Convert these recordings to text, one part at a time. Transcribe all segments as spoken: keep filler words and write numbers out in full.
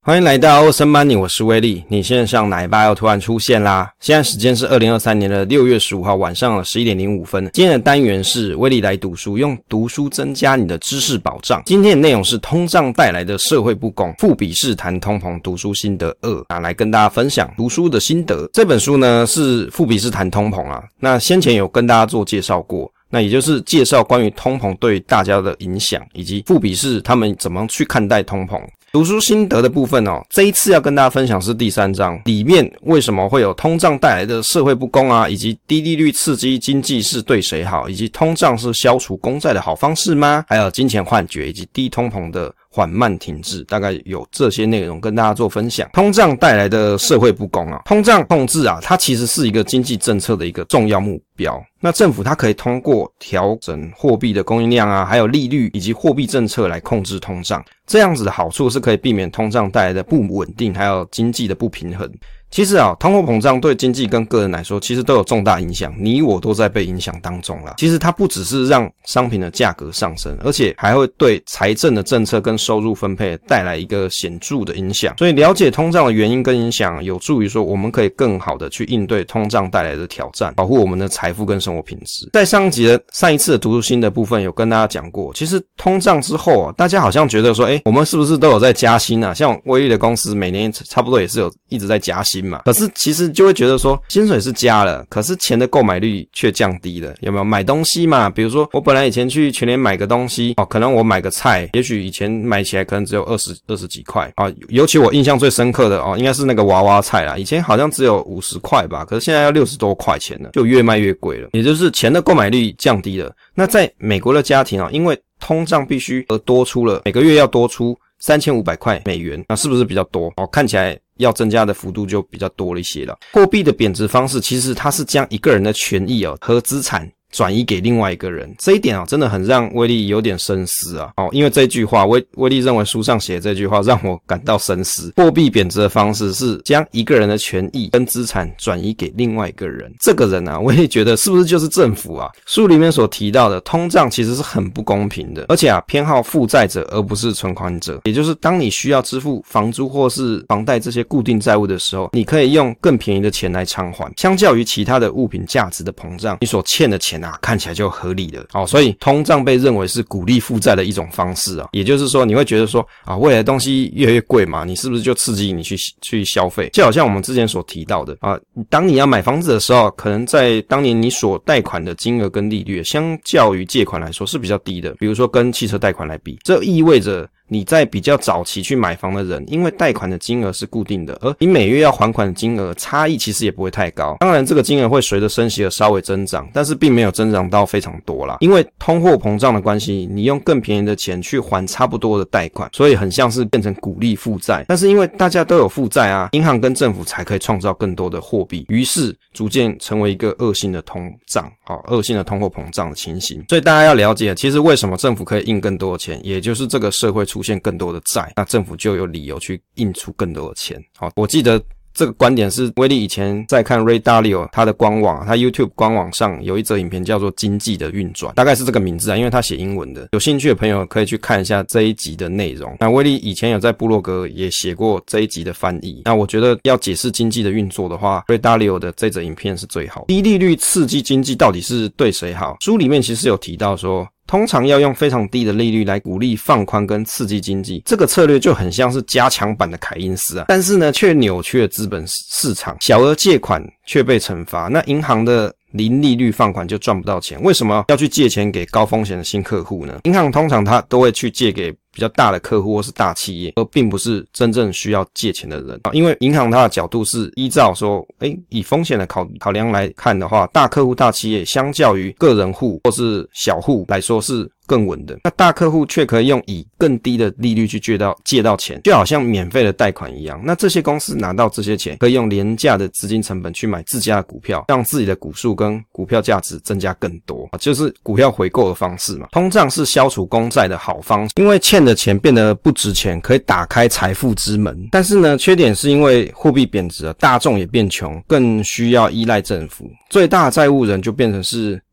欢迎来到欧森 Money， 我是威利。你线上奶爸又突然出现啦！现在时间是二零二三年的六月十五号晚上的十一点零五分。今天的单元是威利来读书，用读书增加你的知识保障。今天的内容是通胀带来的社会不公，富比士谈通膨读书心得二啊，来跟大家分享读书的心得。这本书呢是富比士谈通膨啊，那先前有跟大家做介绍过。那也就是介绍关于通膨对大家的影响，以及富比士他们怎么去看待通膨。读书心得的部分哦，这一次要跟大家分享是第三章，里面为什么会有通胀带来的社会不公啊，以及低利率刺激经济是对谁好，以及通胀是消除公债的好方式吗？还有金钱幻觉以及低通膨的缓慢停滞，大概有这些内容跟大家做分享。通胀带来的社会不公啊，通胀控制啊，它其实是一个经济政策的一个重要目标。那政府它可以通过调整货币的供应量啊，还有利率以及货币政策来控制通胀。这样子的好处是可以避免通胀带来的不稳定，还有经济的不平衡。其实啊，通货膨胀对经济跟个人来说其实都有重大影响，你我都在被影响当中啦。其实它不只是让商品的价格上升，而且还会对财政的政策跟收入分配带来一个显著的影响。所以了解通胀的原因跟影响，有助于说我们可以更好的去应对通胀带来的挑战，保护我们的财富跟生活品质。在上一集的上一次的读书心的部分有跟大家讲过，其实通胀之后啊，大家好像觉得说诶我们是不是都有在加薪啊？像威力的公司每年差不多也是有一直在加薪嘛，可是其实就会觉得说薪水是加了，可是钱的购买力却降低了，有没有？买东西嘛，比如说我本来以前去全联买个东西哦，可能我买个菜，也许以前买起来可能只有二十二十几块啊，尤其我印象最深刻的哦，应该是那个娃娃菜啦，以前好像只有五十块吧，可是现在要六十多块钱了，就越卖越贵了，也就是钱的购买力降低了。那在美国的家庭啊，因为通胀必须而多出了每个月要多出三千五百块美元，那是不是比较多？哦，看起来要增加的幅度就比较多了一些了。货币的贬值方式其实它是将一个人的权益哦和资产转移给另外一个人，这一点啊真的很让威利有点深思啊。哦，因为这句话威威利认为书上写的这句话让我感到深思。货币贬值的方式是将一个人的权益跟资产转移给另外一个人。这个人啊，威利觉得是不是就是政府啊？书里面所提到的通胀其实是很不公平的，而且啊偏好负债者而不是存款者。也就是当你需要支付房租或是房贷这些固定债务的时候，你可以用更便宜的钱来偿还。相较于其他的物品价值的膨胀，你所欠的钱啊看起来就合理了。哦，所以通胀被认为是鼓励负债的一种方式啊。也就是说你会觉得说啊，未来的东西越来越贵嘛，你是不是就刺激你去去消费？就好像我们之前所提到的啊，当你要买房子的时候，可能在当年你所贷款的金额跟利率相较于借款来说是比较低的，比如说跟汽车贷款来比，这意味着你在比较早期去买房的人，因为贷款的金额是固定的，而你每月要还款的金额差异其实也不会太高。当然这个金额会随着升息而稍微增长，但是并没有增长到非常多啦。因为通货膨胀的关系，你用更便宜的钱去还差不多的贷款，所以很像是变成鼓励负债。但是因为大家都有负债啊，银行跟政府才可以创造更多的货币，于是逐渐成为一个恶性的通胀，好，恶性的通货膨胀的情形。所以大家要了解，其实为什么政府可以印更多的钱，也就是这个社会出现更多的债，那政府就有理由去印出更多的钱。好，我记得这个观点是威利以前在看 Ray Dalio 他的官网，他 YouTube 官网上有一则影片叫做经济的运转，大概是这个名字啊，因为他写英文的，有兴趣的朋友可以去看一下这一集的内容。那威利以前有在部落格也写过这一集的翻译，那我觉得要解释经济的运作的话， Ray Dalio 的这则影片是最好。低利率刺激经济到底是对谁好？书里面其实有提到说通常要用非常低的利率来鼓励放宽跟刺激经济，这个策略就很像是加强版的凯因斯啊，但是呢却扭曲了资本市场，小额借款却被惩罚，那银行的零利率放款就赚不到钱。为什么要去借钱给高风险的新客户呢？银行通常他都会去借给比较大的客户或是大企业，而并不是真正需要借钱的人。因为银行它的角度是依照说诶以风险的考考量来看的话，大客户大企业相较于个人户或是小户来说是更稳的，那大客户却可以用以更低的利率去借到借到钱，就好像免费的贷款一样。那这些公司拿到这些钱，可以用廉价的资金成本去买自家的股票，让自己的股数跟股票价值增加更多，就是股票回购的方式嘛。通胀是消除公债的好方式，因为欠的钱变得不值钱，可以打开财富之门。但是呢，缺点是因为货币贬值了，大众也变穷，更需要依赖政府，最大的债务人就变成是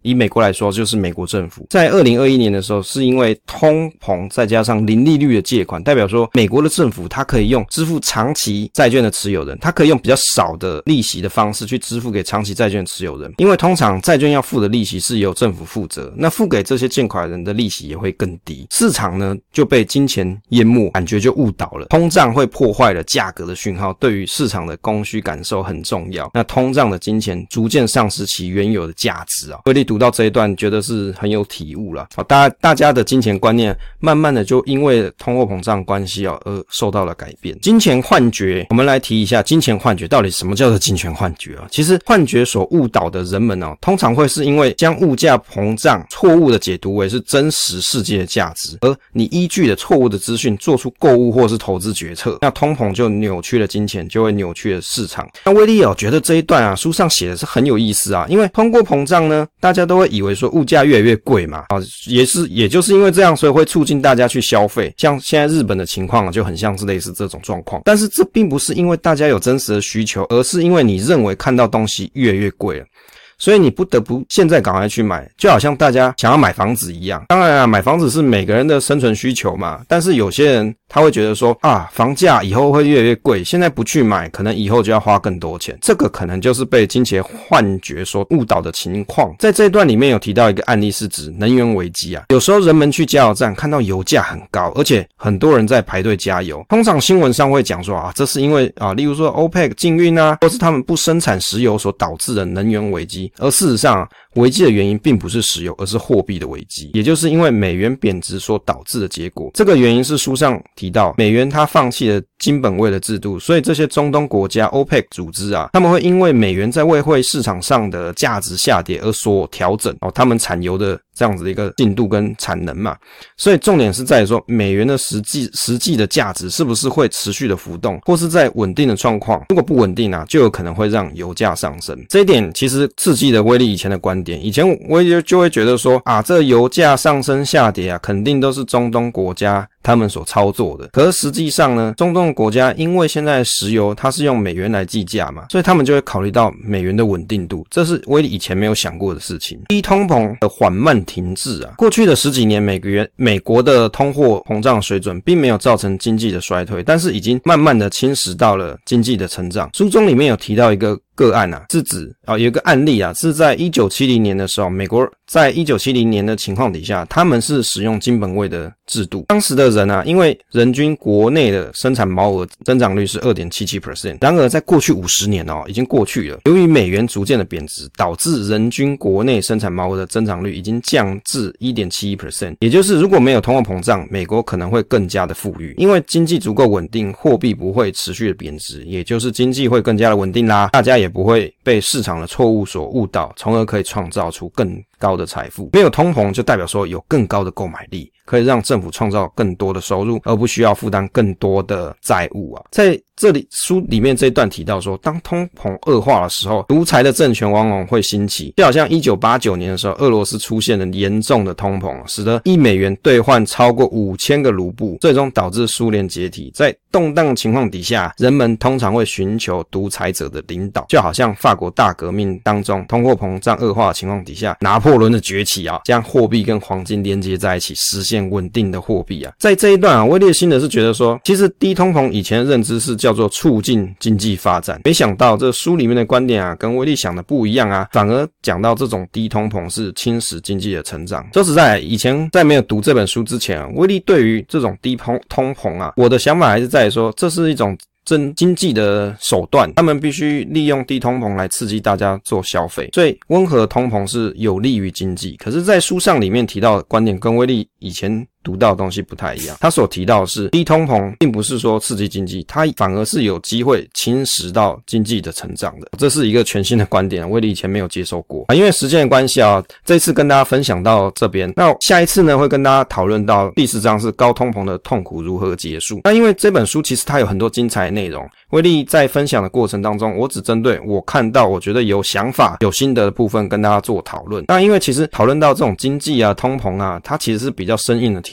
以美国来说就是美国政府在二零二一年的时候，是因为通膨再加上零利率的借款，代表说美国的政府它可以用支付长期债券的持有人，它可以用比较少的利息的方式去支付给长期债券持有人，因为通常债券要付的利息是由政府负责，那付给这些借款人的利息也会更低，市场呢就被金钱淹没，感觉就误导了。通胀会破坏了价格的讯号，对于市场的供需感受很重要，那通胀的金钱逐渐丧失其原有的价值啊。威利读到这一段觉得是很有体悟啦，大家大家的金钱观念慢慢的就因为通货膨胀关系啊而受到了改变。金钱幻觉，我们来提一下金钱幻觉到底什么叫做金钱幻觉啊？其实幻觉所误导的人们啊，通常会是因为将物价膨胀错误的解读为是真实世界的价值，而你依据了错误的资讯做出购物或是投资决策，那通膨就扭曲了金钱，就会扭曲了市场。那威利哦觉得这一段啊书上写的是很有意思啊，因为通货膨胀呢，大家都会以为说物价越来越贵嘛，啊也是也就是因为这样，所以会促进大家去消费。像现在日本的情况就很像是类似这种状况，但是这并不是因为大家有真实的需求，而是因为你认为看到东西越来越贵了，所以你不得不现在赶快去买，就好像大家想要买房子一样。当然啊，买房子是每个人的生存需求嘛，但是有些人他会觉得说啊，房价以后会越来越贵，现在不去买，可能以后就要花更多钱。这个可能就是被金钱幻觉所误导的情况。在这一段里面有提到一个案例，是指能源危机啊。有时候人们去加油站看到油价很高，而且很多人在排队加油，通常新闻上会讲说啊，这是因为啊，例如说 O P E C 禁运啊，或是他们不生产石油所导致的能源危机。而事实上啊，危机的原因并不是石油，而是货币的危机，也就是因为美元贬值所导致的结果。这个原因是书上提到，美元它放弃了金本位的制度，所以这些中东国家 O P E C 组织啊，他们会因为美元在外汇市场上的价值下跌而所调整哦，他们产油的这样子的一个进度跟产能嘛。所以重点是在于说，美元的实际实际的价值是不是会持续的浮动，或是在稳定的状况。如果不稳定啊，就有可能会让油价上升。这一点其实刺激了威利以前的观点。以前威利就会觉得说啊，这油价上升下跌啊，肯定都是中东国家他们所操作的。可是实际上呢，中东国家因为现在石油它是用美元来计价嘛，所以他们就会考虑到美元的稳定度，这是威利以前没有想过的事情。低通膨的缓慢停滞啊，过去的十几年美元美国的通货膨胀水准并没有造成经济的衰退，但是已经慢慢的侵蚀到了经济的成长。书中里面有提到一个个案啊，是指啊有一个案例啊，是在一九七零年的时候，美国在一九七零年的情况底下，他们是使用金本位的制度。当时的人啊，因为人均国内的生产毛额增长率是 百分之二点七七， 然而在过去五十年哦，已经过去了。由于美元逐渐的贬值，导致人均国内生产毛额的增长率已经降至 百分之一点七一， 也就是如果没有通货膨胀，美国可能会更加的富裕，因为经济足够稳定，货币不会持续的贬值，也就是经济会更加的稳定啦，大家也不会被市场的错误所误导，从而可以创造出更高的财富。没有通膨就代表说有更高的购买力，可以让政府创造更多的收入，而不需要负担更多的债务啊。在这里书里面这一段提到说，当通膨恶化的时候，独裁的政权往往会兴起，就好像一九八九年的时候，俄罗斯出现了严重的通膨，使得一美元兑换超过五千个卢布，最终导致苏联解体。在动荡情况底下，人们通常会寻求独裁者的领导，就好像法国大革命当中通货膨胀恶化的情况底下，拿破仑的崛起啊，将货币跟黄金连接在一起，实现稳定的货币啊。在这一段啊，威利心的是觉得说，其实低通膨以前的认知是叫做促进经济发展，没想到这书里面的观点啊，跟威利想的不一样啊，反而讲到这种低通膨是侵蚀经济的成长。说实在，以前在没有读这本书之前啊，威利对于这种低通通膨啊，我的想法还是在说，这是一种增经济的手段，他们必须利用低通膨来刺激大家做消费，所以温和通膨是有利于经济。可是在书上里面提到的观点跟威利以前读到的东西不太一样，他所提到的是低通膨并不是说刺激经济，它反而是有机会侵蚀到经济的成长的。这是一个全新的观点，威利以前没有接受过啊。因为时间的关系啊，这次跟大家分享到这边，那下一次呢会跟大家讨论到第四章是高通膨的痛苦如何结束。那因为这本书其实它有很多精彩的内容，威利在分享的过程当中，我只针对我看到我觉得有想法有心得的部分跟大家做讨论。那因为其实讨论到这种经济啊通膨啊，它其实是比较生硬的题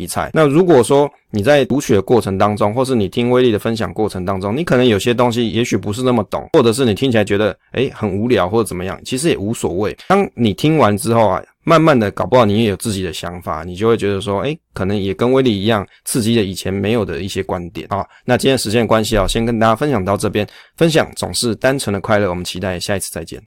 题材。那如果说你在读取的过程当中，或是你听威力的分享过程当中，你可能有些东西也许不是那么懂，或者是你听起来觉得诶很无聊或者怎么样，其实也无所谓。当你听完之后啊，慢慢的搞不好你也有自己的想法，你就会觉得说诶可能也跟威力一样，刺激了以前没有的一些观点。好，那今天时间的关系啊，先跟大家分享到这边。分享总是单纯的快乐，我们期待下一次再见。